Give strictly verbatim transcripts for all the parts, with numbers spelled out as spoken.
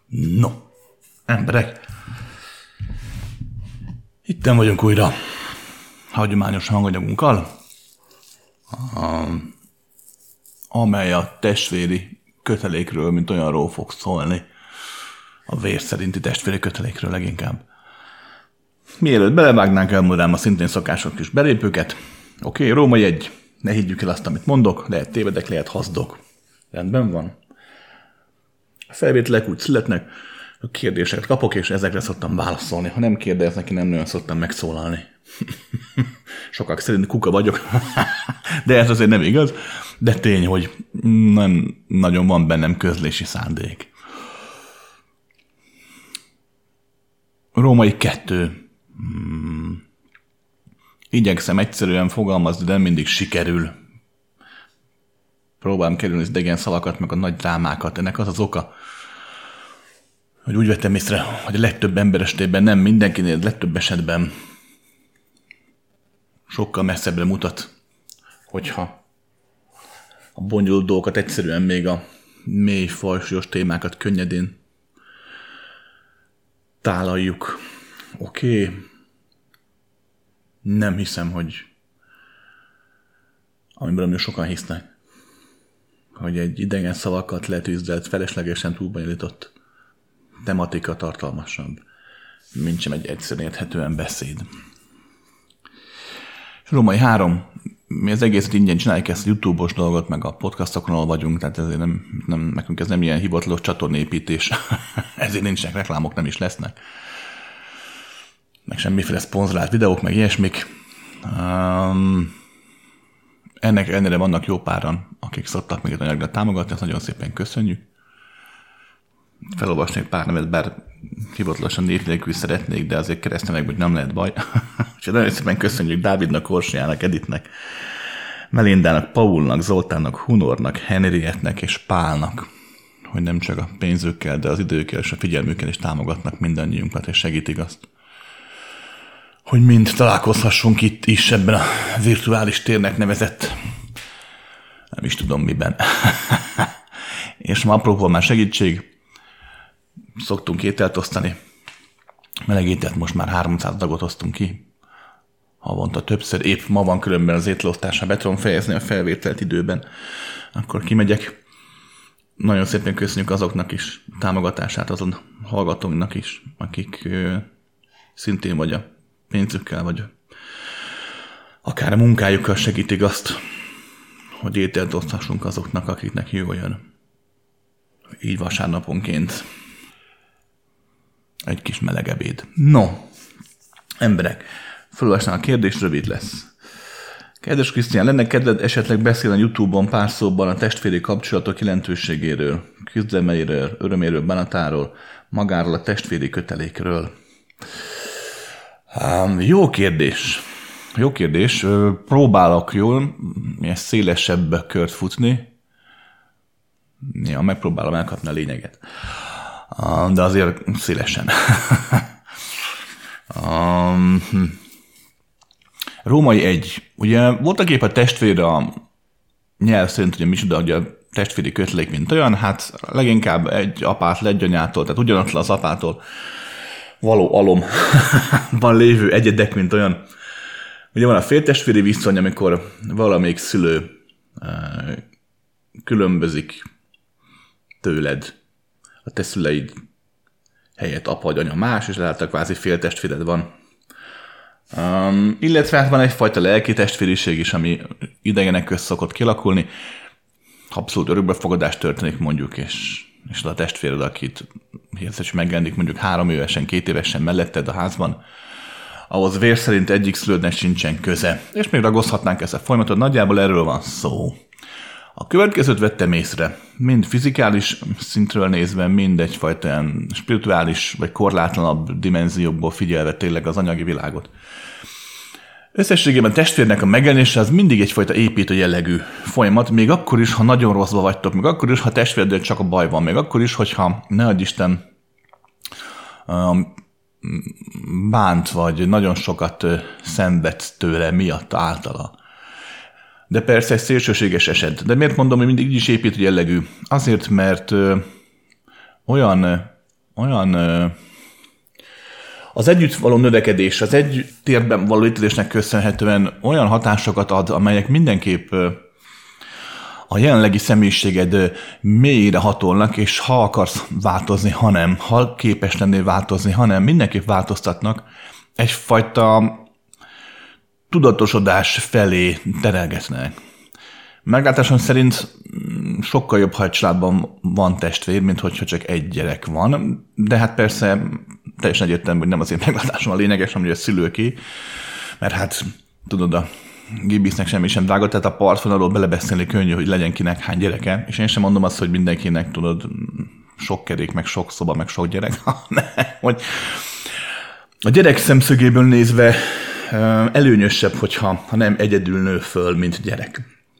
No, emberek, itten vagyunk újra hagyományos hanganyagunkkal, amely a testvéri kötelékről, mint olyanról fog szólni, a vér szerinti testvéri kötelékről leginkább. Mielőtt belevágnánk, elmondanám a szintén szokásos kis belépőket. Oké, okay, Római egy, ne higgyük el azt, amit mondok, lehet tévedek, lehet hazdok. Rendben van. A felvételek úgy születnek, a kérdéseket kapok, és ezekre szoktam válaszolni. Ha nem kérdeznek, én nem nagyon szoktam megszólalni. Sokak szerint kuka vagyok, de ez azért nem igaz. De tény, hogy nem nagyon van bennem közlési szándék. Római kettő. Hmm. Igyekszem egyszerűen fogalmazni, de nem mindig sikerül. Próbálom kerülni az idegen szavakat, meg a nagy drámákat. Ennek az az oka, hogy úgy vettem észre, hogy a legtöbb ember esetében, nem mindenkinél, legtöbb esetben sokkal messzebbre mutat, hogyha a bonyolult dolgokat egyszerűen még a mély, fajsúlyos témákat könnyedén tálaljuk. Oké. Okay. Nem hiszem, hogy amiben amúgy sokan hisznek, hogy egy idegen szavakat letűzdelt, feleslegesen túlbonyolított tematika tartalmasabb, mint sem egy egyszerűen érthetően beszéd. Római három. Mi az egészet ingyen csináljuk ezt a YouTube-os dolgot, meg a podcastokon, ahol vagyunk, tehát ezért nem, nem, nekünk ez nem ilyen hivatalos csatornépítés. Ezért nincsenek reklámok, nem is lesznek. Meg semmiféle szponzorált videók, meg ilyesmik. Um, ennek ellenére vannak jó páran, akik szoktak még egy anyagra támogatni, ezt nagyon szépen köszönjük. Felolvasnék pár nevet, bár hivatalosan név nélkül szeretnék, de azért keresztnevekből nem lehet baj. Úgyhogy nagyon szépen köszönjük Dávidnak, Orsiának, Editnek, Melindának, Paulnak, Zoltánnak, Hunornak, Henrietnek és Pálnak, hogy nem csak a pénzükkel, de az időkkel és a figyelmükkel is támogatnak mindannyiunkat, és segítik azt, hogy mind találkozhassunk itt is ebben a virtuális térnek nevezett, nem is tudom miben. És ma apróból már segítség, szoktunk ételt osztani. Meleg ételt most már háromszáz dagot osztunk ki. Havonta többször, épp ma van különben az ételosztásra, be tudom fejezni a felvételt időben. Akkor kimegyek. Nagyon szépen köszönjük azoknak is támogatását, azon hallgatóinknak is, akik ö, szintén vagy a pénzükkel, vagy akár a munkájukkal segítik azt, hogy ételt osztassunk azoknak, akiknek jó jön. Így vasárnaponként egy kis meleg ebéd. No, emberek, felolvasnám a kérdés, rövid lesz. Kedves Krisztián, lenne kedved esetleg beszélni a YouTube-on pár szóban a testvéri kapcsolatok jelentőségéről, küzdelmeiről, öröméről, bánatáról, magáról a testvéri kötelékről? Um, jó kérdés. Jó kérdés. Próbálok jól, ilyen szélesebb kört futni. Ja, megpróbálom elkapni a lényeget. De azért szélesen. um, Római egy. Ugye voltak épp a testvér a nyelv szerint, ugye micsoda, hogy a testvéri kötelék mint olyan, hát leginkább egy apától, egy anyától, tehát ugyanattól az apától való alomban lévő egyedek, mint olyan. Ugye van a féltestvéri viszony, amikor valamelyik szülő különbözik tőled, a te szüleid helyett apa vagy anya más, és lehet, kvázi féltestvéred van. Um, illetve hát van egyfajta lelki testvériség is, ami idegenek közt szokott kialakulni. Abszolút örökbefogadás történik mondjuk, és, és a testvéred, akit hihetetlenül megjelenik mondjuk három évesen, két évesen melletted a házban, ahhoz vér szerint egyik szülődnek sincsen köze. És még ragozhatnánk ezt a folyamatot, nagyjából erről van szó. A következőt vettem észre, mind fizikális szintről nézve, mind egyfajta spirituális vagy korlátlanabb dimenziókból figyelve tényleg az anyagi világot. Összességében a testvérnek a megjelenése az mindig egyfajta építő jellegű folyamat, még akkor is, ha nagyon rosszba vagytok, még akkor is, ha testvérdől csak a baj van, még akkor is, hogyha ne adj Isten um, bánt, vagy nagyon sokat uh, szenvedsz tőle miatt általa. De persze egy szélsőséges eset. De miért mondom, hogy mindig így is építő jellegű? Azért, mert ö, olyan olyan az együtt való növekedés, az együtt térben való létezésnek köszönhetően olyan hatásokat ad, amelyek mindenképp a jelenlegi személyiséged mélyére hatolnak, és ha akarsz változni, ha nem, ha képes lennél változni, ha nem, mindenképp változtatnak, egyfajta tudatosodás felé terelgetnek. Meglátásom szerint sokkal jobb, ha egy családban van testvér, mint hogyha csak egy gyerek van, de hát persze teljesen egyértelmű, hogy nem az én meglátásom a lényeges, hanem hogy a szülőké, mert hát tudod, a Gibisznek semmi sem drága, tehát a partvonalról belebeszélni könnyű, hogy legyen kinek hány gyereke, és én sem mondom azt, hogy mindenkinek, tudod, sok kerék, meg sok szoba, meg sok gyerek, hanem, hogy a gyerek szemszögéből nézve előnyösebb, hogyha ha nem egyedül nő föl, mint gyerek.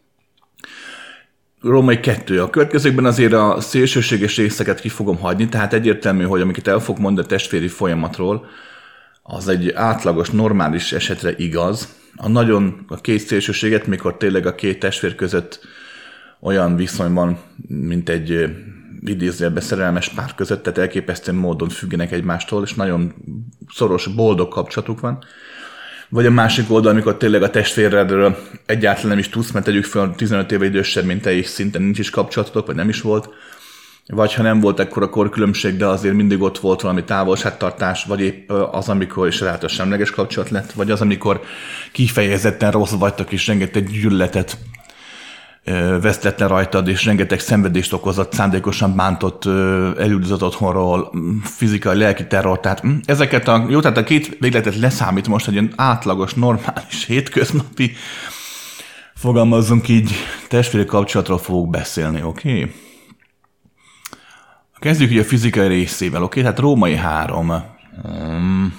Római kettő. A következőkben azért a szélsőséges részeket ki fogom hagyni, tehát egyértelmű, hogy amiket el fog mondani a testvéri folyamatról, az egy átlagos, normális esetre igaz. A nagyon a két szélsőséget, mikor tényleg a két testvér között olyan viszonyban, mint egy idézőjelben szerelmes pár között, tehát elképesztő módon függenek egymástól, és nagyon szoros, boldog kapcsolatuk van. Vagy a másik oldal, amikor tényleg a testvérredről egyáltalán nem is tudsz, mert tegyük fel tizenöt éve idősebb, mint te, és szinte nincs is kapcsolatotok, vagy nem is volt. Vagy ha nem volt ekkora korkülönbség, de azért mindig ott volt valami távolságtartás, vagy épp az, amikor is ráadásul semleges kapcsolat lett, vagy az, amikor kifejezetten rossz vagytok, és rengeteg gyűlöletet vesztett le rajtad, és rengeteg szenvedést okozott, szándékosan bántott, elüldözött otthonról, fizikai, lelki terror. Tehát ezeket a, jó, tehát a két végletet leszámít most egy ilyen átlagos, normális, hétköznapi, fogalmazzunk így, testvéri kapcsolatról fogok beszélni, oké? Okay? Kezdjük ugye a fizikai részével, oké? Okay? Tehát Római három. Um,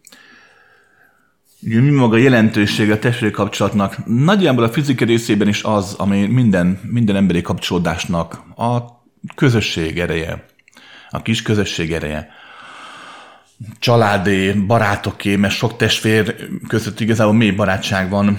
Ugye mi maga jelentősége a testvéri kapcsolatnak? Nagyjából a fizikai részében is az, ami minden, minden emberi kapcsolódásnak a közösség ereje, a kis közösség ereje. Családé, barátoké, mert sok testvér között igazából mély barátság van.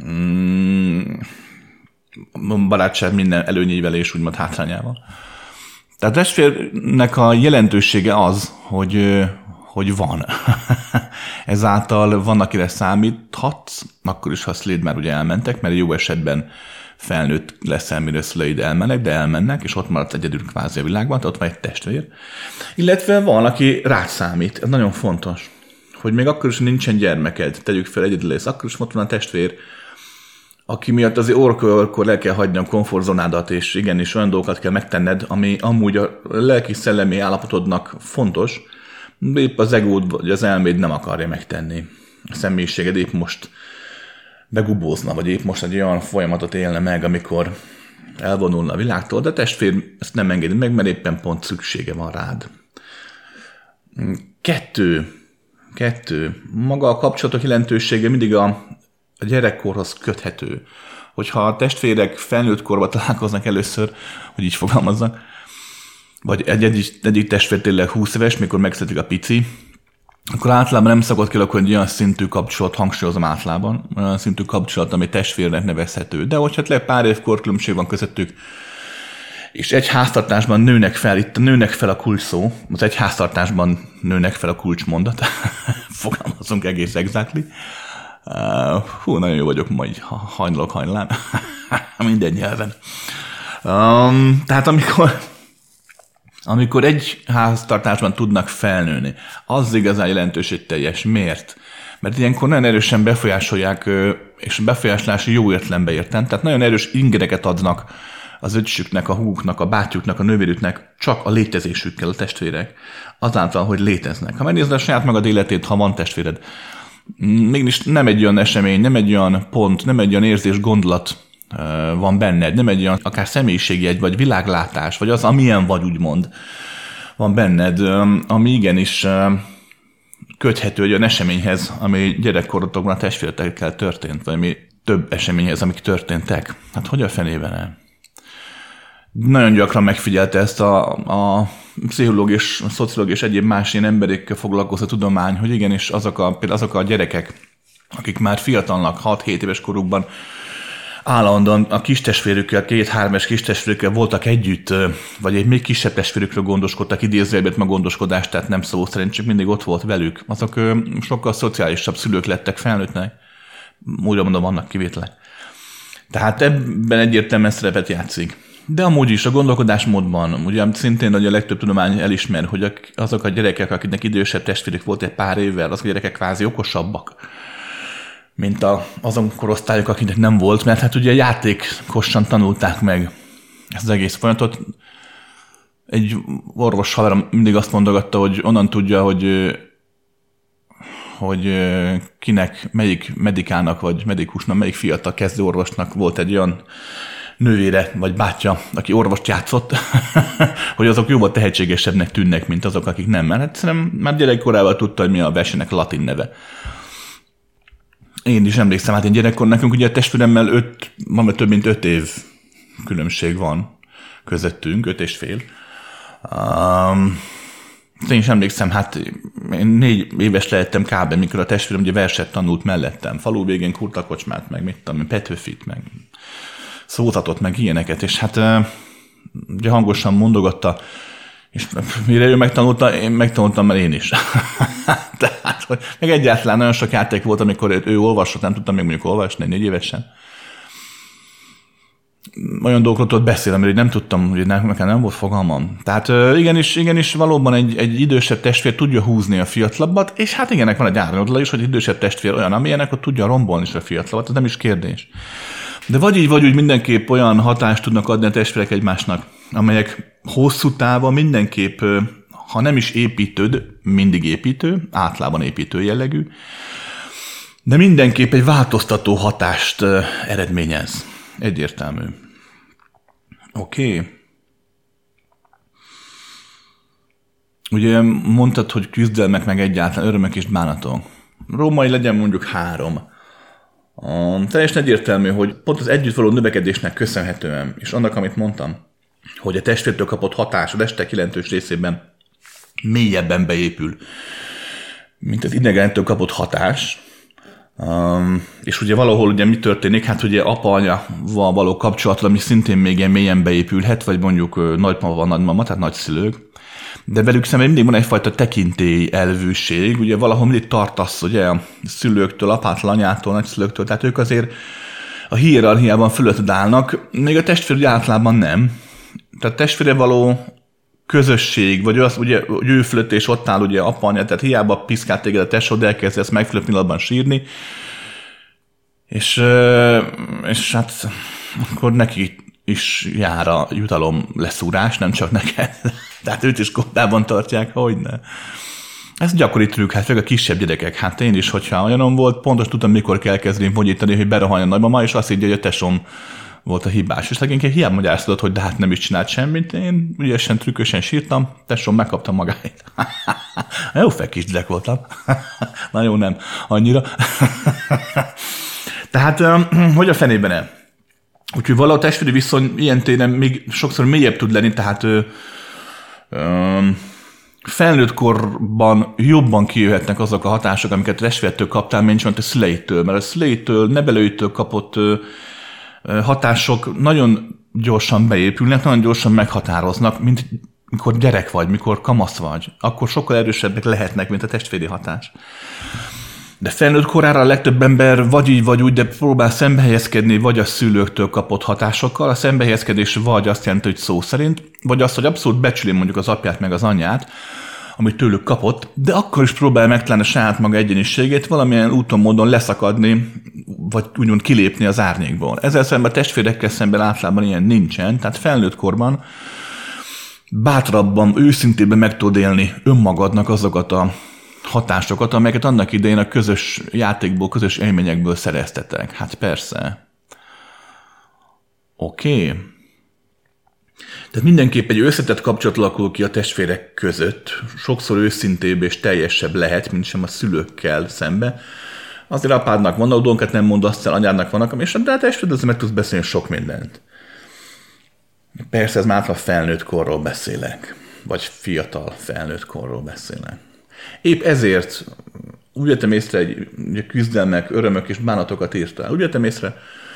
Barátság minden előnyével és úgymond hátrányával. Tehát a testvérnek a jelentősége az, hogy hogy van. Ezáltal van, akire számíthatsz, akkor is, ha szüleid már ugye elmentek, mert jó esetben felnőtt leszel, mire szüleid elmennek, de elmennek, és ott maradsz egyedül kvázi a világban, ott van egy testvér. Illetve van, aki rád számít. Ez nagyon fontos, hogy még akkor is nincsen gyermeked, tegyük fel, egyedül lesz, akkor is ott van a testvér, aki miatt azért orkor le kell hagyni a komfortzónádat, és igenis olyan dolgokat kell megtenned, ami amúgy a lelki-szellemi állapotodnak fontos, de épp az egód vagy az elméd nem akarja megtenni. A személyiséged épp most begubózna, vagy épp most egy olyan folyamatot élne meg, amikor elvonulna a világtól, de a testvér ezt nem engedi meg, mert éppen pont szüksége van rád. Kettő. Kettő. Maga a kapcsolatok jelentősége mindig a, a gyerekkorhoz köthető. Hogyha a testvérek felnőtt korban találkoznak először, hogy így fogalmazzak, vagy egy, egy, egyik testvér tényleg húsz éves, mikor megszületik a pici, akkor általában nem szokott kialakulni egy olyan szintű kapcsolat, hangsúlyozom általában, olyan szintű kapcsolat, ami testvérnek nevezhető. De hogyha tényleg pár év korkülönbség van közöttük, és egy háztartásban nőnek fel, itt nőnek fel a kulcs szó, az egy háztartásban nőnek fel a kulcsmondat, fogalmazunk egész exactly. Uh, hú, nagyon jó vagyok ma így hajnalok hajnalán, minden nyelven. Um, tehát amikor... Amikor egy háztartásban tudnak felnőni, az igazán jelentőségteljes. Miért? Mert ilyenkor nagyon erősen befolyásolják, és befolyásolási jó értelembe értem, tehát nagyon erős ingereket adnak az öcsüknek, a húguknak, a bátyjuknak, a nővérüknek csak a létezésükkel a testvérek, azáltal, hogy léteznek. Ha megnézed a saját magad életét, ha van testvéred, mégis nem egy olyan esemény, nem egy olyan pont, nem egy olyan érzés, gondolat van benned, nem egy olyan akár személyiségjegy, vagy világlátás, vagy az, amilyen vagy, úgymond, van benned, ami igenis köthető egy olyan eseményhez, ami gyerekkorodokban a testvéretekkel történt, vagy ami több eseményhez, amik történtek. Hát hogy a fenében el? Nagyon gyakran megfigyelte ezt a, a pszichológus, a szociológus és egyéb más ilyen emberekkel foglalkozó tudomány, hogy igenis azok a, például azok a gyerekek, akik már fiatalnak, hat-hét éves korukban állandóan a kistestvérükkel, két-hármas kistestvérükkel voltak együtt, vagy egy még kisebb testvérükről gondoskodtak, idézőjelben meg gondoskodást, tehát nem szó szerint, csak mindig ott volt velük. Azok sokkal szociálisabb szülők lettek felnőttnek. Újra mondom, vannak kivételek. Tehát ebben egyértelműen szerepet játszik. De amúgy is a gondolkodásmódban, ugye szintén hogy a legtöbb tudomány elismer, hogy azok a gyerekek, akiknek idősebb testvérük volt egy pár évvel, azok a gyerekek kvázi okosabbak, mint a, azon korosztályok, akiknek nem volt, mert hát ugye játékosan tanulták meg ezt az egész folyamatot. Egy orvos haverom mindig azt mondogatta, hogy onnan tudja, hogy, hogy kinek, melyik medikának, vagy medikusnak, melyik fiatal kezdőorvosnak volt egy olyan nővére, vagy bátyja, aki orvost játszott, hogy azok jóval tehetségesebbnek tűnnek, mint azok, akik nem. Mert egyszerűen már gyerekkorában tudta, hogy mi a versenynek latin neve. Én is emlékszem, hát én gyerekkor nekünk ugye a testvéremmel öt, van több mint öt év különbség van közöttünk, öt és fél. Um, én is emlékszem, hát én négy éves lehettem kb. Mikor a testvérem ugye verset tanult mellettem. Falu végén kurtakocsmát, meg mit tudom, Petőfit, meg szózatot, meg ilyeneket, és hát ugye hangosan mondogatta, és mire ő megtanulta, én megtanultam, mert én is. Tehát, hogy meg egyáltalán nagyon sok játék volt, amikor ő, ő olvasott, nem tudtam még mondjuk olvasni, négy évesen. Olyan dolgokról tudott beszélni, mert nem tudtam, hogy nekem nem volt fogalmam. Tehát igenis, igenis valóban egy, egy idősebb testvér tudja húzni a fiatalabbat, és hát igenek van egy árnyodla is, hogy idősebb testvér olyan, amilyenek, hogy tudja rombolni is a fiatalabbat, ez nem is kérdés. De vagy így, vagy úgy mindenképp olyan hatást tudnak adni a testvérek egymásnak, amelyek hosszú távon mindenképp, ha nem is építőd, mindig építő, általában építő jellegű, de mindenképp egy változtató hatást eredményez. Egyértelmű. Oké. Okay. Ugye mondtad, hogy küzdelmek meg egyáltalán örömök és bánatok. Római legyen mondjuk három. Um, teljesen egyértelmű, hogy pont az együtt való növekedésnek köszönhetően, és annak, amit mondtam, hogy a testvértől kapott hatás a testek jelentős részében mélyebben beépül, mint az idegenitől kapott hatás. Um, és ugye valahol ugye mi történik? Hát ugye apa-anyával való kapcsolat, ami szintén még ilyen mélyen beépülhet, vagy mondjuk nagymama, nagymama, tehát nagyszülők. De velük szemben mindig van egyfajta tekintély elvűség, ugye valahol mindig tartasz ugye a szülőktől, apától, anyától, nagyszülőktől, tehát ők azért a hierarchiában fölötted állnak, még a testvér ugye általában nem. Tehát testvére való közösség, vagy az ugye, hogy ő fölött és ott áll ugye apa, anya, tehát hiába piszkált téged a tesód, elkezdesz megfelelő pillanatban sírni, és, és hát akkor neki is jár a jutalom leszúrás, nem csak neked. Tehát őt is kordában tartják, hogyne. Ez gyakori trükk, hát főleg a kisebb gyerekek. Hát én is, hogyha olyanom volt, pontos tudtam, mikor kell kezdeni mondítani, hogy berohanj a nagymama, és azt így, hogy a tesom volt a hibás. És leginkább hiába magyaráztad, hogy de hát nem is csinált semmit, én ügyesen, trükkösen sírtam, tesom megkapta magáit. Jó fel kis gyerek voltam. Na jó, nem annyira. Tehát, hogy a fenében el? Úgyhogy valahogy a testvéri viszony ilyen téren még sokszor mélyebb tud lenni, tehát ö, ö, felnőtt korban jobban kijöhetnek azok a hatások, amiket a testvértől kaptál, mint a szüleitől. Mert a szüleitől, nevelőitől kapott ö, ö, hatások nagyon gyorsan beépülnek, nagyon gyorsan meghatároznak, mint mikor gyerek vagy, mikor kamasz vagy. Akkor sokkal erősebbek lehetnek, mint a testvéri hatás. De felnőtt korára a legtöbb ember vagy így, vagy úgy, de próbál szembehelyezkedni, vagy a szülőktől kapott hatásokkal. A szembehelyezkedés vagy azt jelenti, hogy szó szerint, vagy azt, hogy abszolút becsüli mondjuk az apját meg az anyját, amit tőlük kapott, de akkor is próbál megtalálni a saját maga egyéniségét, valamilyen úton, módon leszakadni, vagy úgymond kilépni az árnyékból. Ezzel szemben a testvérekkel szemben általában ilyen nincsen, tehát felnőtt korban bátrabban, őszintében meg tudod élni önmagadnak azokat a hatásokat, amelyeket annak idején a közös játékból, közös élményekből szereztetek. Hát persze. Oké. Okay. Tehát mindenképp egy összetett kapcsolat alakul ki a testvérek között. Sokszor őszintébb és teljesebb lehet, mint sem a szülőkkel szembe. Azért apádnak vannak dolgokat, nem mondasz el, anyádnak vannak, és de a testvéred azért meg tudsz beszélni sok mindent. Persze ez már a felnőtt korról beszélek. Vagy fiatal felnőtt korról beszélek. Épp ezért úgy vettem észre, hogy küzdelmek, örömök és bánatokat írtál. Úgy vettem észre,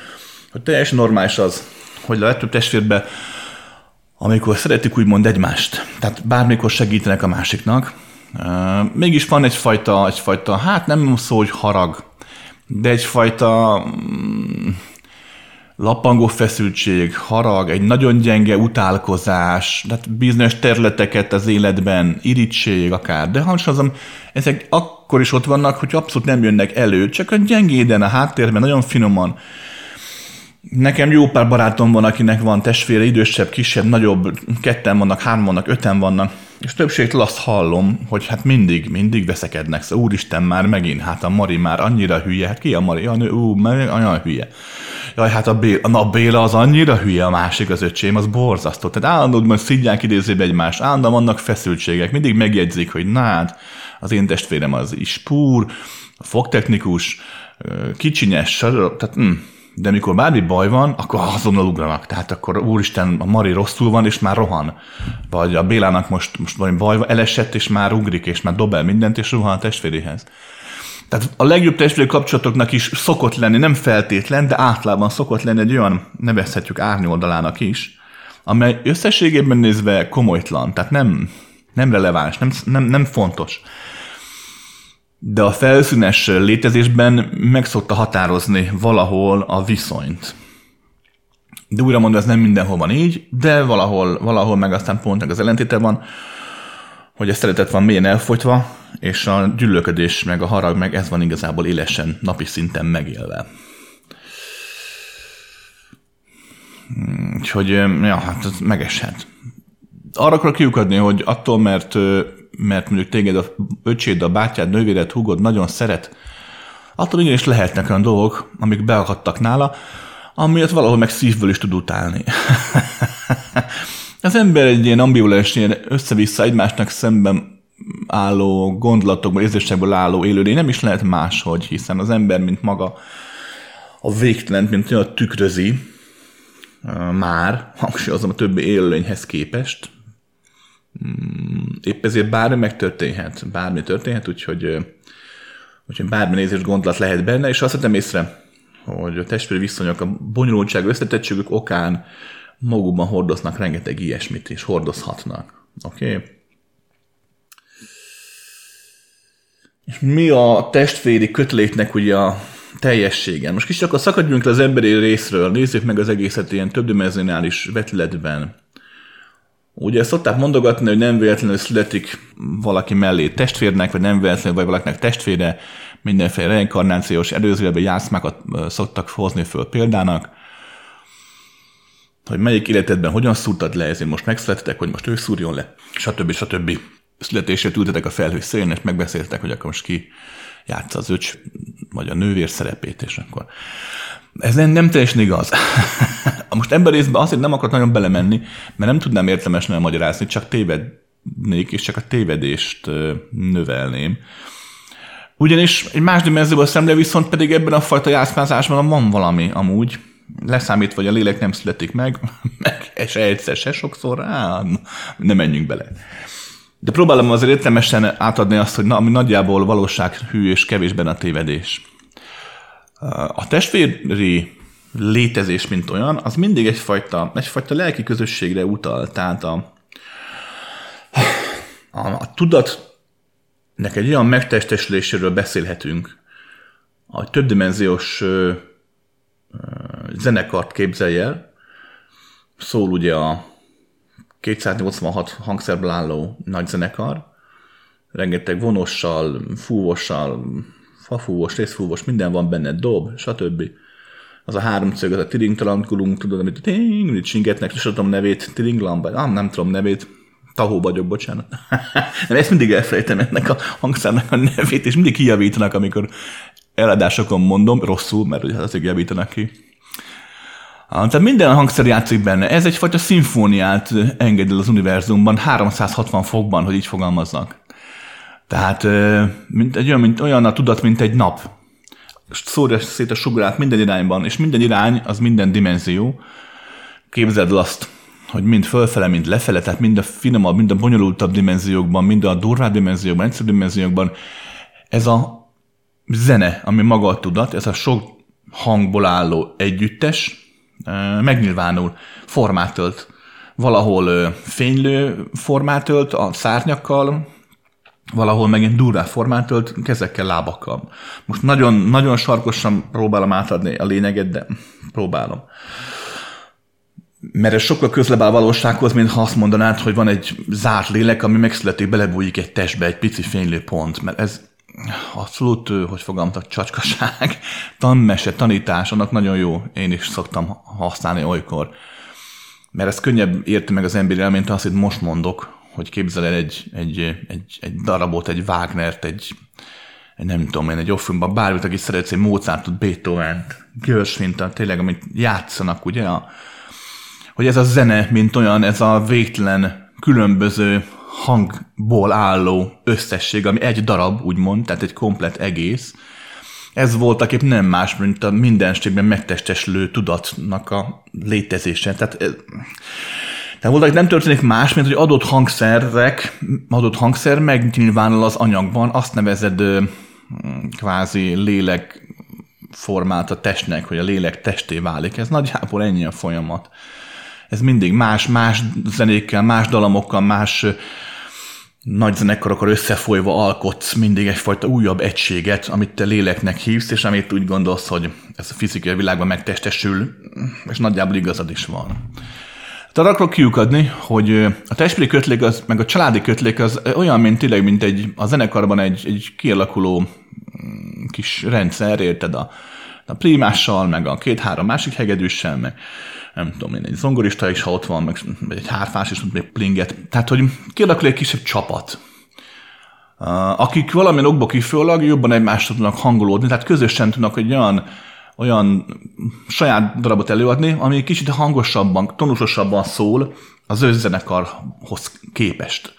hogy teljesen normális az, hogy a legtöbb testvérbe, amikor szeretik úgymond egymást, tehát bármikor segítenek a másiknak, mégis van egyfajta, egyfajta, hát nem szó, hogy harag, de egyfajta lappangó feszültség, harag, egy nagyon gyenge utálkozás, tehát bizonyos területeket az életben, irigység akár, de hangsúlyozom, ezek akkor is ott vannak, hogy abszolút nem jönnek elő, csak a gyengéden, a háttérben, nagyon finoman. Nekem jó pár barátom van, akinek van testvére, idősebb, kisebb, nagyobb, ketten vannak, hárman vannak, öten vannak, és többségtől azt hallom, hogy hát mindig, mindig veszekednek, szóval úristen már megint, hát a Mari már annyira hülye, hát ki a Mari? A nő, ú, olyan hülye. Jaj, hát a Béla, na Béla az annyira hülye, a másik az öcsém, az borzasztó. Tehát állandóan szidják idézőbe egymást, állandóan vannak feszültségek, mindig megjegyzik, hogy na hát, az én testvérem az ispúr, fogtechnikus, kicsinyes, tehát mm. De mikor bármi baj van, akkor azonnal ugranak. Tehát akkor úristen, a Mari rosszul van, és már rohan. Vagy a Bélának most, most valami baj van, elesett, és már ugrik, és már dob el mindent, és rohan a testvéréhez. Tehát a legjobb testvéri kapcsolatoknak is szokott lenni, nem feltétlen, de általában szokott lenni egy olyan, nevezhetjük árnyoldalának is, amely összességében nézve komolytlan, tehát nem, nem releváns, nem, nem, nem fontos. De a felszínes létezésben meg szokta határozni valahol a viszonyt. De újra mondom, ez nem mindenhol van így, de valahol, valahol meg aztán pont az ellentéte van, hogy a szeretet van mélyen elfogyva, és a gyűlölködés meg a harag meg ez van igazából élesen, napi szinten megélve. Úgyhogy, ja, hát ez megeshet. Arra akarok kiukadni, hogy attól, mert, mert mondjuk téged a öcséd, a bátyád, nővéred, húgod nagyon szeret, attól igenis lehetnek olyan dolgok, amik beakadtak nála, amiatt valahol meg szívből is tud utálni. Az ember egy ilyen ambivalens, ilyen össze-vissza egymásnak szemben álló gondolatokból, érzésekből álló élőlény nem is lehet máshogy, hiszen az ember, mint maga a végtelent, mint olyan tükrözi már, hangsúlyozom a többi élőlényhez képest. Épp ezért bármi megtörténhet, bármi történhet, úgyhogy, úgyhogy bármi nézés gondolat lehet benne, és azt vettem észre, hogy a testvéri viszonyok a bonyolultság, összetettségük okán magukban hordoznak rengeteg ilyesmit, és hordozhatnak. Oké? Okay? És mi a testvéri köteléknek ugye a teljessége? Most kicsit akkor szakadjunk le az emberi részről, nézzük meg az egészet ilyen többdimensionális vetületben. Ugye szokták mondogatni, hogy nem véletlenül születik valaki mellé testvérnek, vagy nem véletlenül vagy valakinek testvére, mindenféle reinkarnációs előzőjelben játszmákat szoktak hozni föl példának, hogy melyik életedben hogyan szúrtad le, ezért most megszületetek, hogy most ő szúrjon le, stb. stb. Születésért ültetek a felhő szélén, és megbeszéltek, hogy akkor most ki játsza az öcs, vagy a nővér szerepét, és akkor... Ez nem, nem teljesen igaz. Most ebben részben azért nem akarok nagyon belemenni, mert nem tudnám értelmesen elmagyarázni, csak tévednék, és csak a tévedést növelném. Ugyanis egy más dimenzióban szemlél viszont pedig ebben a fajta játszmázásban van valami amúgy, leszámítva, hogy a lélek nem születik meg, meg se egyszer, se sokszor, á, nem menjünk bele. De próbálom azért értelmesen átadni azt, hogy na, ami nagyjából valósághű és kevésben a tévedés. A testvéri létezés, mint olyan, az mindig egyfajta, egyfajta lelki közösségre utal. Tehát a, a, a tudatnak egy olyan megtestesüléséről beszélhetünk, a többdimenziós ö, ö, zenekart képzelj el, szól ugye a kétszáznyolcvanhat hangszerből álló nagy zenekar, rengeteg vonossal, fúvossal, fafúvos, részfúvos, minden van benne, dob, stb. Az a háromcög, az a tiringtalankulunk, tudod, amit ting, csingetnek, és tudom nevét, tiringlamb, ah, nem tudom nevét, tahó vagyok, bocsánat. Nem, ezt mindig elfelejtem ennek a hangszernek a nevét, és mindig kijavítanak, amikor eladásokon mondom, rosszul, mert ugye azért javítanak ki. Tehát minden hangszer játszik benne. Ez egyfajta szimfóniát engedel az univerzumban, háromszázhatvan fokban, hogy így fogalmaznak. Tehát mint egy olyan, mint olyan a tudat, mint egy nap. Szórja szét a sugárát minden irányban, és minden irány az minden dimenzió. Képzeld el azt, hogy mind fölfele, mind lefele, tehát mind a finomabb, mind a bonyolultabb dimenziókban, mind a durvább dimenziókban, egyszerű dimenziókban. Ez a zene, ami maga a tudat, ez a sok hangból álló együttes, megnyilvánul, formát ölt. Valahol fénylő formát ölt a szárnyakkal, valahol megint durvá formát ölt kezekkel, lábakkal. Most nagyon, nagyon sarkosan próbálom átadni a lényeget, de próbálom. Mert ez sokkal közelebb áll a valósághoz, mint ha azt mondanád, hogy van egy zárt lélek, ami megszületik, belebújik egy testbe, egy pici fénylő pont. Mert ez abszolút, hogy fogalmaztak, csacskaság, tanmese, tanítás, annak nagyon jó. Én is szoktam használni olykor. Mert ez könnyebb érti meg az emberi el, mint azt, hogy most mondok, hogy képzel el egy, egy, egy, egy darabot, egy Wagnert, egy, egy nem tudom én, egy Offenbach, bármit, aki szeretsz, egy Mozartot, Beethovent, Gershwint, tényleg, amit játszanak, ugye, a, hogy ez a zene, mint olyan, ez a végtelen, különböző hangból álló összesség, ami egy darab, úgymond, tehát egy komplett egész, ez voltaképp nem más, mint a mindenségben megtestesülő tudatnak a létezése. Tehát, tehát voltaképp nem történik más, mint hogy adott hangszerek, adott hangszer megnyilvánul az anyagban, azt nevezed kvázi lélek formát a testnek, hogy a lélek testé válik. Ez nagyjából ennyi a folyamat. Ez mindig más, más zenékkel, más dalamokkal, más nagy zenekarokkal összefolyva alkotsz mindig egyfajta újabb egységet, amit te léleknek hívsz, és amit úgy gondolsz, hogy ez a fizikai világban megtestesül, és nagyjából igazad is van. Tehát arra akarok kiukadni, hogy a testbeli kötlék, az, meg a családi kötlék az olyan, mint tényleg, mint egy, a zenekarban egy, egy kialakuló kis rendszer, érted, a, a primással, meg a két-három másik hegedűssel, meg nem tudom én, egy zongorista is, ha ott van, meg egy hárfás is, még plinget. Tehát, hogy kialakul egy kisebb csapat, akik valamilyen okból kifolyólag jobban egymásra tudnak hangolódni, tehát közösen tudnak egy olyan, olyan saját darabot előadni, ami kicsit hangosabban, tonusosabban szól az összzenekarhoz képest.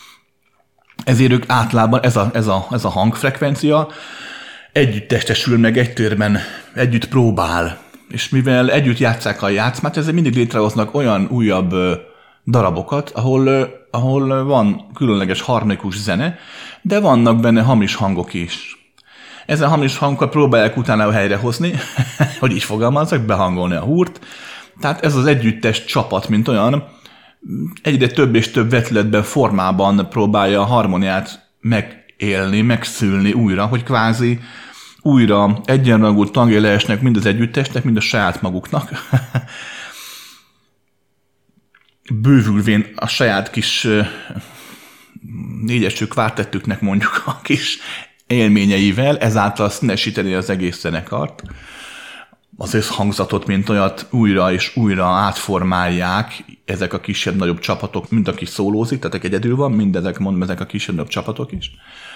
Ezért ők általában ez a, ez a, ez a hangfrekvencia együtt testesül meg egy térben, együtt próbál. És mivel együtt játsszák a játszmát, ezzel mindig létrehoznak olyan újabb darabokat, ahol, ahol van különleges harmonikus zene, de vannak benne hamis hangok is. Ezen hamis hangokat próbálják utána helyrehozni, hogy így fogalmazzak, behangolni a húrt. Tehát ez az együttes csapat, mint olyan, egyre több és több vetületben, formában próbálja a harmóniát megélni, megszülni újra, hogy kvázi újra egyenrangú tagjai lehessenek mind az együttesnek, mind a saját maguknak. Bővülvén a saját kis négyeső kvártettüknek mondjuk a kis élményeivel, ezáltal színesíteni az egész zenekart. Az összhangzatot, mint olyat újra és újra átformálják ezek a kisebb-nagyobb csapatok, mint aki szólózik, tehát egyedül van, mindezek, mondom, ezek a kisebb-nagyobb csapatok is.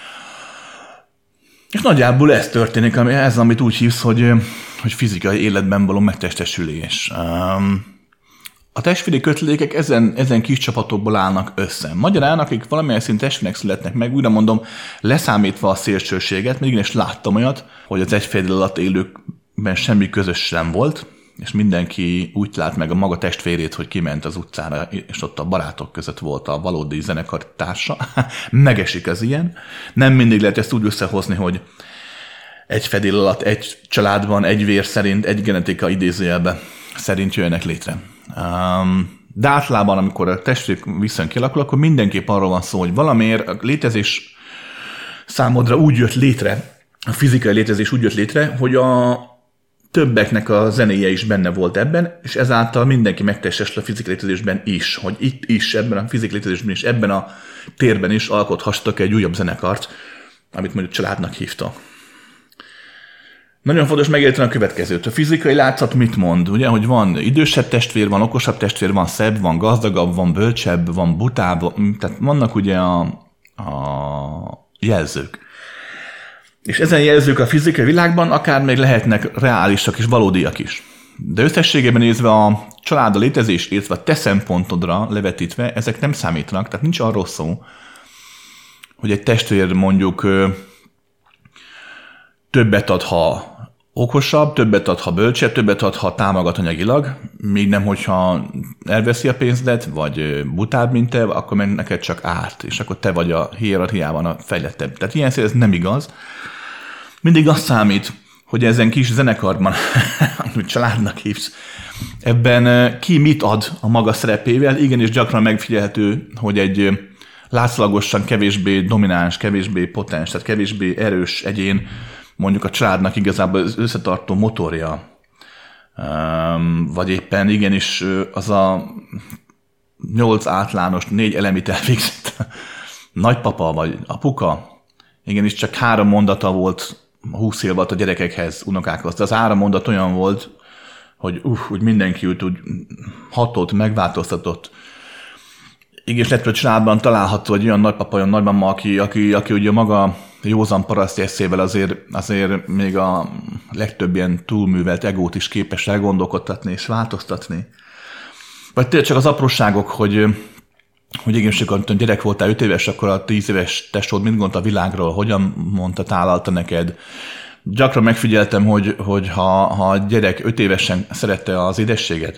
És nagyjából ez történik, ami ez, amit úgy hívsz, hogy, hogy fizikai életben való megtestesülés. A testvéri kötlékek ezen, ezen kis csapatokból állnak össze. Magyarán, akik valamilyen szint testvérek születnek meg, újra mondom, leszámítva a szélsőséget, még én is láttam olyat, hogy az egy fedél alatt élőkben semmi közös sem volt, és mindenki úgy lát meg a maga testvérét, hogy kiment az utcára, és ott a barátok között volt a valódi zenekartársa. Megesik az ilyen. Nem mindig lehet ezt úgy összehozni, hogy egy fedél alatt, egy családban, egy vér szerint, egy genetika idézőjelbe szerint jöjjenek létre. De általában, amikor a testvér viszony kialakul, akkor mindenképp arról van szó, hogy valamiért a létezés számodra úgy jött létre, a fizikai létezés úgy jött létre, hogy a többeknek a zenéje is benne volt ebben, és ezáltal mindenki megtestesül a fizikai létezésben is, hogy itt is, ebben a fizikai létezésben is, ebben a térben is alkothassak egy újabb zenekart, amit mondjuk családnak hívta. Nagyon fontos megérteni a következőt. A fizikai látszat mit mond? Ugye, hogy van idősebb testvér, van okosabb testvér, van szebb, van gazdagabb, van bölcsebb, van butább, tehát vannak ugye a, a jelzők. És ezen jelzők a fizikai világban akár még lehetnek reálisak és valódiak is. De összességében nézve a család a létezés, illetve a te szempontodra levetítve, ezek nem számítanak, tehát nincs arról szó, hogy egy testvér mondjuk többet ad, ha okosabb, többet ad, ha bölcsebb, többet ad, ha támogat anyagilag, még nem, hogyha elveszi a pénzdet, vagy butább, mint te, akkor meg neked csak árt, és akkor te vagy a hierarchiában a fejlettebb. Tehát ilyen szerint ez nem igaz. Mindig azt számít, hogy ezen kis zenekarban, amit családnak hívsz, ebben ki mit ad a maga szerepével. Igenis gyakran megfigyelhető, hogy egy látszólagosan kevésbé domináns, kevésbé potens, tehát kevésbé erős egyén mondjuk a családnak igazából az összetartó motorja. Vagy éppen igenis az a nyolc átlános, négy elemit elvégzett nagypapa vagy apuka, igenis csak három mondata volt húsz év alatt a gyerekekhez, unokákhoz. De az három mondat olyan volt, hogy uff, úgy mindenki úgy, úgy hatott, megváltoztatott. Igaz, lett, hogy családban található egy olyan nagypapa, olyan nagymama, aki, aki, aki ugye maga józan paraszti eszével azért, azért még a legtöbb ilyen túlművelt egót is képes elgondolkodtatni és változtatni. Vagy tényleg csak az apróságok, hogy, hogy igen, amikor gyerek voltál, öt éves, akkor a tíz éves tesód mit gondolt a világról, hogyan mondta, tálalta neked. Gyakran megfigyeltem, hogy, hogy ha, ha a gyerek öt évesen szerette az édességet,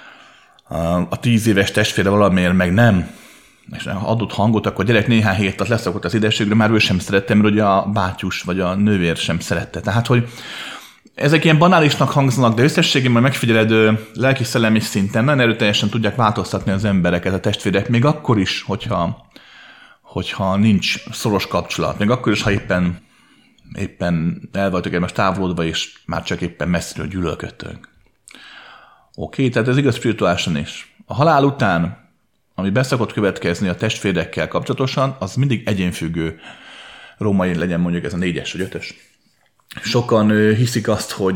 a tíz éves testvére valamiért meg nem, és adott hangot, akkor a gyerek néhány hét alatt leszokott az édességre, már ő sem szerette, mert ugye a bátyus vagy a nővér sem szerette. Tehát, hogy ezek ilyen banálisnak hangzanak, de összességében megfigyeled lelki-szellemi szinten nagyon erőteljesen tudják változtatni az embereket, a testvérek, még akkor is, hogyha, hogyha nincs szoros kapcsolat, még akkor is, ha éppen, éppen el vagytok egymást távolodva, és már csak éppen messziről gyűlölködtök. Oké, okay, tehát ez igaz spirituálisan is. A halál után, ami beszokott következni a testvérekkel kapcsolatosan, az mindig egyénfüggő. Római legyen mondjuk ez a négyes vagy ötös. Sokan hiszik azt, hogy,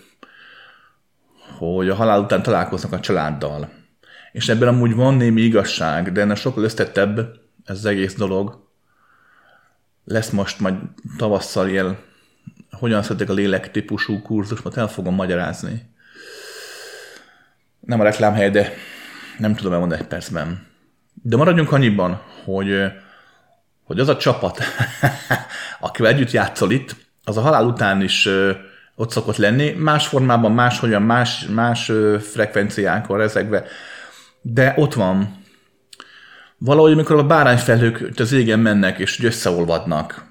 hogy a halál után találkoznak a családdal. És ebben amúgy van némi igazság, de ennek sokkal összetettebb ez az egész dolog. Lesz most majd tavasszal ilyen, hogyan születik a lélek típusú kurzus, majd el fogom magyarázni. Nem a reklámhely, de nem tudom elmondani egy percben. De maradjunk annyiban, hogy, hogy az a csapat, akivel együtt játszol itt, az a halál után is ö, ott szokott lenni, más formában, máshogyan, más, más ö, frekvenciánkon rezegve, de ott van. Valahogy, amikor a bárányfelhők az égen mennek, és összeolvadnak,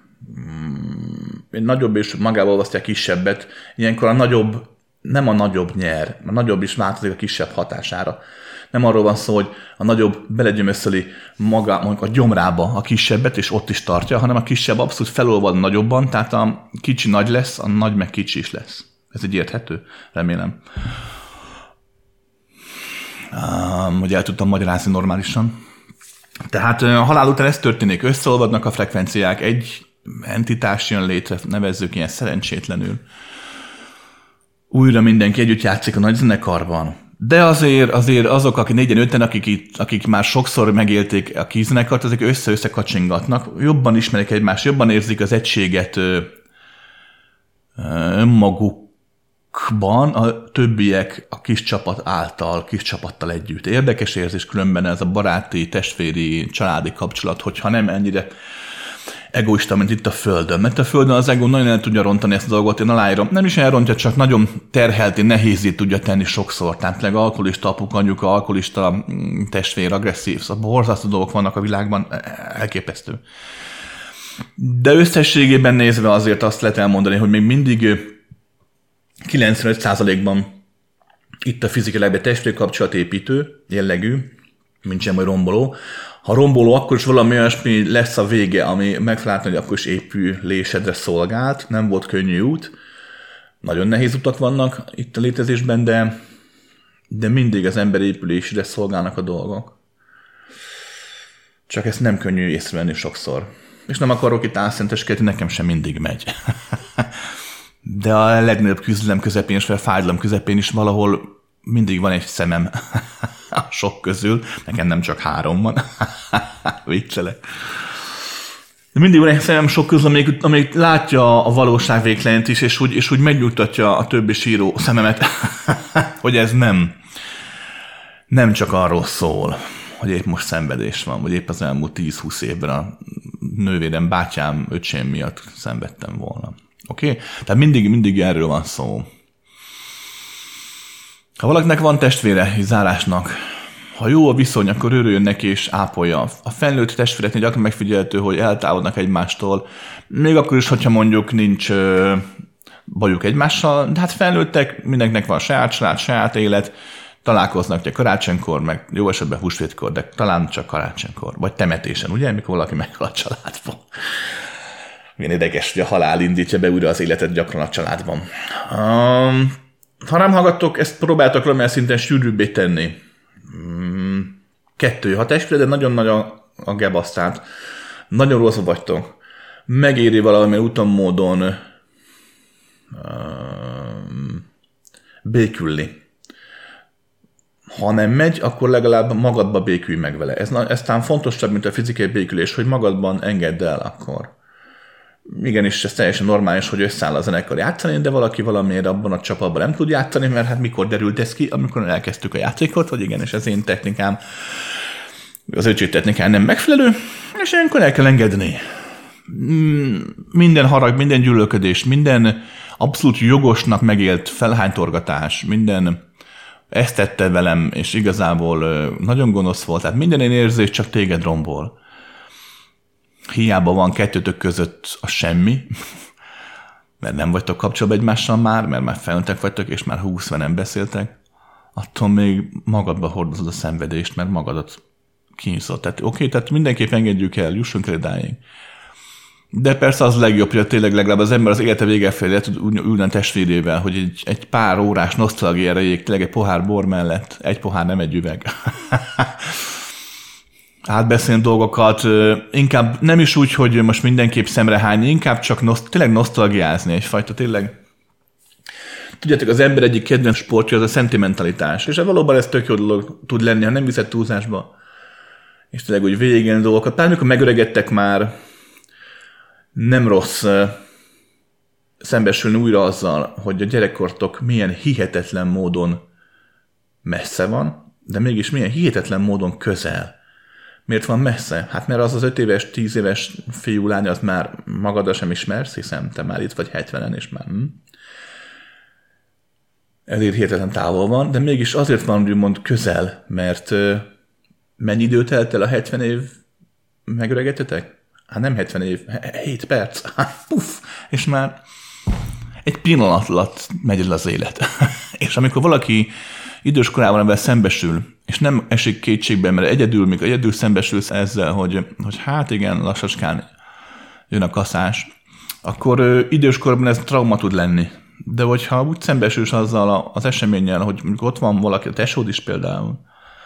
mm, nagyobb és magával olvasztja a kisebbet, ilyenkor a nagyobb, nem a nagyobb nyer, a nagyobb is változik a kisebb hatására. Nem arról van szó, hogy a nagyobb belegyömöszöli maga, mondjuk a gyomrába a kisebbet, és ott is tartja, hanem a kisebb abszolút felolvad a nagyobban, tehát a kicsi nagy lesz, a nagy meg kicsi is lesz. Ez egy érthető? Remélem. Um, hogy el tudtam magyarázni normálisan. Tehát a halál után ez történik, összeolvadnak a frekvenciák, egy entitás jön létre, nevezzük ilyen szerencsétlenül. Újra mindenki együtt játszik a nagy zenekarban. De azért, azért azok, akik négyen-öten, akik, itt, akik már sokszor megélték a kizzenekart, azok össze-össze kacsingatnak, jobban ismerik egymást, jobban érzik az egységet ö, ö, önmagukban, a többiek a kis csapat által, kis csapattal együtt. Érdekes érzés különben ez a baráti, testvéri, családi kapcsolat, hogyha nem ennyire egoista, mint itt a Földön. Mert a Földön az ego nagyon el tudja rontani ezt a dolgot, én aláírom. Nem is elrontja, csak nagyon terhelti, nehézé tudja tenni sokszor. Tehát meg alkoholista apuk, anyuka, alkoholista testvér, agresszív, szóval borzasztó dolgok vannak a világban, elképesztő. De összességében nézve azért azt lehet elmondani, hogy még mindig kilencvenöt százalékban itt a fizikailag testvér kapcsolatépítő jellegű, mint sem, hogy romboló. Ha romboló, akkor is valami olyasmi lesz a vége, ami megfelelően, hogy akkor is épülésedre szolgált. Nem volt könnyű út. Nagyon nehéz utak vannak itt a létezésben, de, de mindig az ember épülésére szolgálnak a dolgok. Csak ezt nem könnyű észrevenni sokszor. És nem akarok itt álszenteskedni, nekem sem mindig megy. De a legnagyobb küzdelem közepén és a fájdalom közepén is valahol mindig van egy szemem a sok közül. Nekem nem csak három van. Viccelek. De mindig van egy szemem sok közül, amelyik, amelyik látja a valóság végtelent is, és úgy, és úgy megnyugtatja a többi síró szememet, hogy ez nem, nem csak arról szól, hogy épp most szenvedés van, vagy épp az elmúlt tíz-húsz évben a nővérem, bátyám, öcsém miatt szenvedtem volna. Oké? Okay? Tehát mindig, mindig erről van szó. Ha valakinek van testvére, és zárásnak, ha jó a viszony, akkor örüljön neki és ápolja. A felnőtt testvéreknél gyakran megfigyelhető, hogy eltávolodnak egymástól, még akkor is, hogyha mondjuk nincs bajuk egymással, de hát felnőttek, mindenkinek van saját család, saját élet, találkoznak ugye karácsonykor, meg jó esetben húsvétkor, de talán csak karácsonykor, vagy temetésen, ugye, mikor valaki meghal a családban. Milyen érdekes, hogy a halál indítja be újra az életet gyakran a családban. Um, ha nem hallgattok, ezt próbáltok valamilyen szinten sűrűbbé tenni. Um, kettő, ha testvéred, de nagyon-nagyon a gebasztát, nagyon rossz vagytok, megéri valamilyen úton, módon um, békülni. Ha nem megy, akkor legalább magadba békülj meg vele. Ez, ez talán fontosabb, mint a fizikai békülés, hogy magadban engedd el akkor. Igenis, ez teljesen normális, hogy összeáll a zenekar játszani, de valaki valamiért abban a csapatban nem tud játszani, mert hát mikor derült ez ki, amikor elkezdtük a játékot, hogy igenis ez én technikám, az öcsét technikán nem megfelelő, és ilyenkor el kell engedni. Minden harag, minden gyűlölködés, minden abszolút jogosnak megélt felhánytorgatás, minden ezt tette velem, és igazából nagyon gonosz volt, tehát minden én érzés csak téged rombol. Hiába van kettőtök között a semmi, mert nem vagytok kapcsolatban egymással már, mert már felnőttek vagytok, és már húsz nem beszéltek, attól még magadba hordozod a szenvedést, mert magadat kínzol. Tehát oké, okay, tehát mindenképp engedjük el, jussunk el idáig. De persze az legjobb, hogy tényleg legalább az ember az élete vége felé le tud ülni a testvérével, hogy egy, egy pár órás nosztalgia erejéig tényleg egy pohár bor mellett, egy pohár nem egy üveg. Átbeszélni dolgokat, inkább nem is úgy, hogy most mindenképp szemrehányni, inkább csak noszt, tényleg nosztalgiázni, egyfajta tényleg. Tudjátok, az ember egyik kedvenc sportja az a szentimentalitás, és valóban ez tök jó dolog tud lenni, ha nem viszed túlzásba. És tényleg úgy végigélni dolgokat. Pár amikor megöregedtek már, nem rossz szembesülni újra azzal, hogy a gyerekkortok milyen hihetetlen módon messze van, de mégis milyen hihetetlen módon közel. Miért van messze? Hát mert az az öt éves, tíz éves fiú, lány, az már magadra sem ismersz, hiszen te már itt vagy hetvenen, és már hm. Ezért hihetetlen távol van, de mégis azért van úgymond közel, mert mennyi idő telt el a hetven év megöregedtetek? Hát nem hetven év, hét perc, hát puff, és már egy pillanat alatt megy el az élet. És amikor valaki idős korában ebben szembesül, és nem esik kétségbe, mert egyedül, mikor egyedül szembesülsz ezzel, hogy, hogy hát igen, lassacskán jön a kaszás, akkor idős korban ez trauma tud lenni. De hogyha úgy szembesülsz azzal az eseménnyel, hogy ott van valaki, a tesód is például,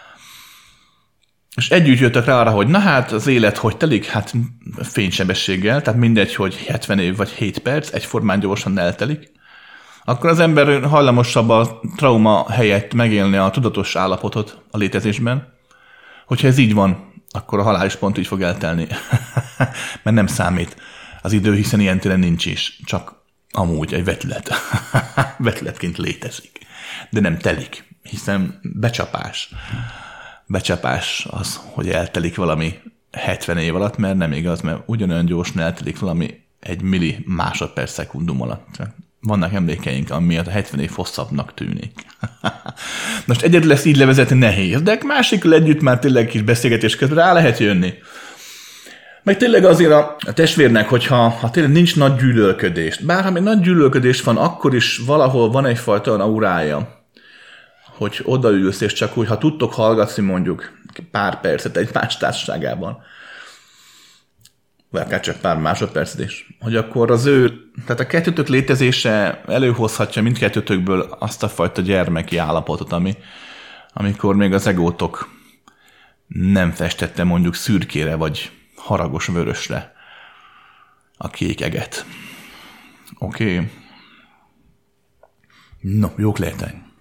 és együtt jöttek rá arra, hogy na hát az élet hogy telik, hát fénysebességgel, tehát mindegy, hogy hetven év vagy hét perc, egyformán gyorsan eltelik, akkor az ember hajlamosabb a trauma helyett megélni a tudatos állapotot a létezésben. Hogyha ez így van, akkor a halál is pont így fog eltelni. Mert nem számít az idő, hiszen ilyen téren nincs is, csak amúgy egy vetület. Vetületként létezik. De nem telik, hiszen becsapás. Becsapás az, hogy eltelik valami hetven év alatt, mert nem igaz, mert ugyanolyan gyorsan eltelik valami egy milli másodperc szekundum alatt. Vannak emlékeink, ami a hetven év hosszabbnak tűnik. Most egyedül ezt így levezetni nehéz, de másikkal együtt már tényleg kis beszélgetés közben rá lehet jönni. Meg tényleg azért a testvérnek, hogyha ha tényleg nincs nagy gyűlölködés, bár ha még nagy gyűlölködés van, akkor is valahol van egyfajta olyan aurája, hogy odaülsz, és csak úgy, ha tudtok hallgatni mondjuk pár percet egymás társaságában, vagy akár csak pár másodpercet is, hogy akkor az ő, tehát a kettőtök létezése előhozhatja mindkettőtökből azt a fajta gyermeki állapotot, ami, amikor még az egótok nem festette mondjuk szürkére, vagy haragos vörösre a kék eget. Oké. Okay. No, jók lehetek.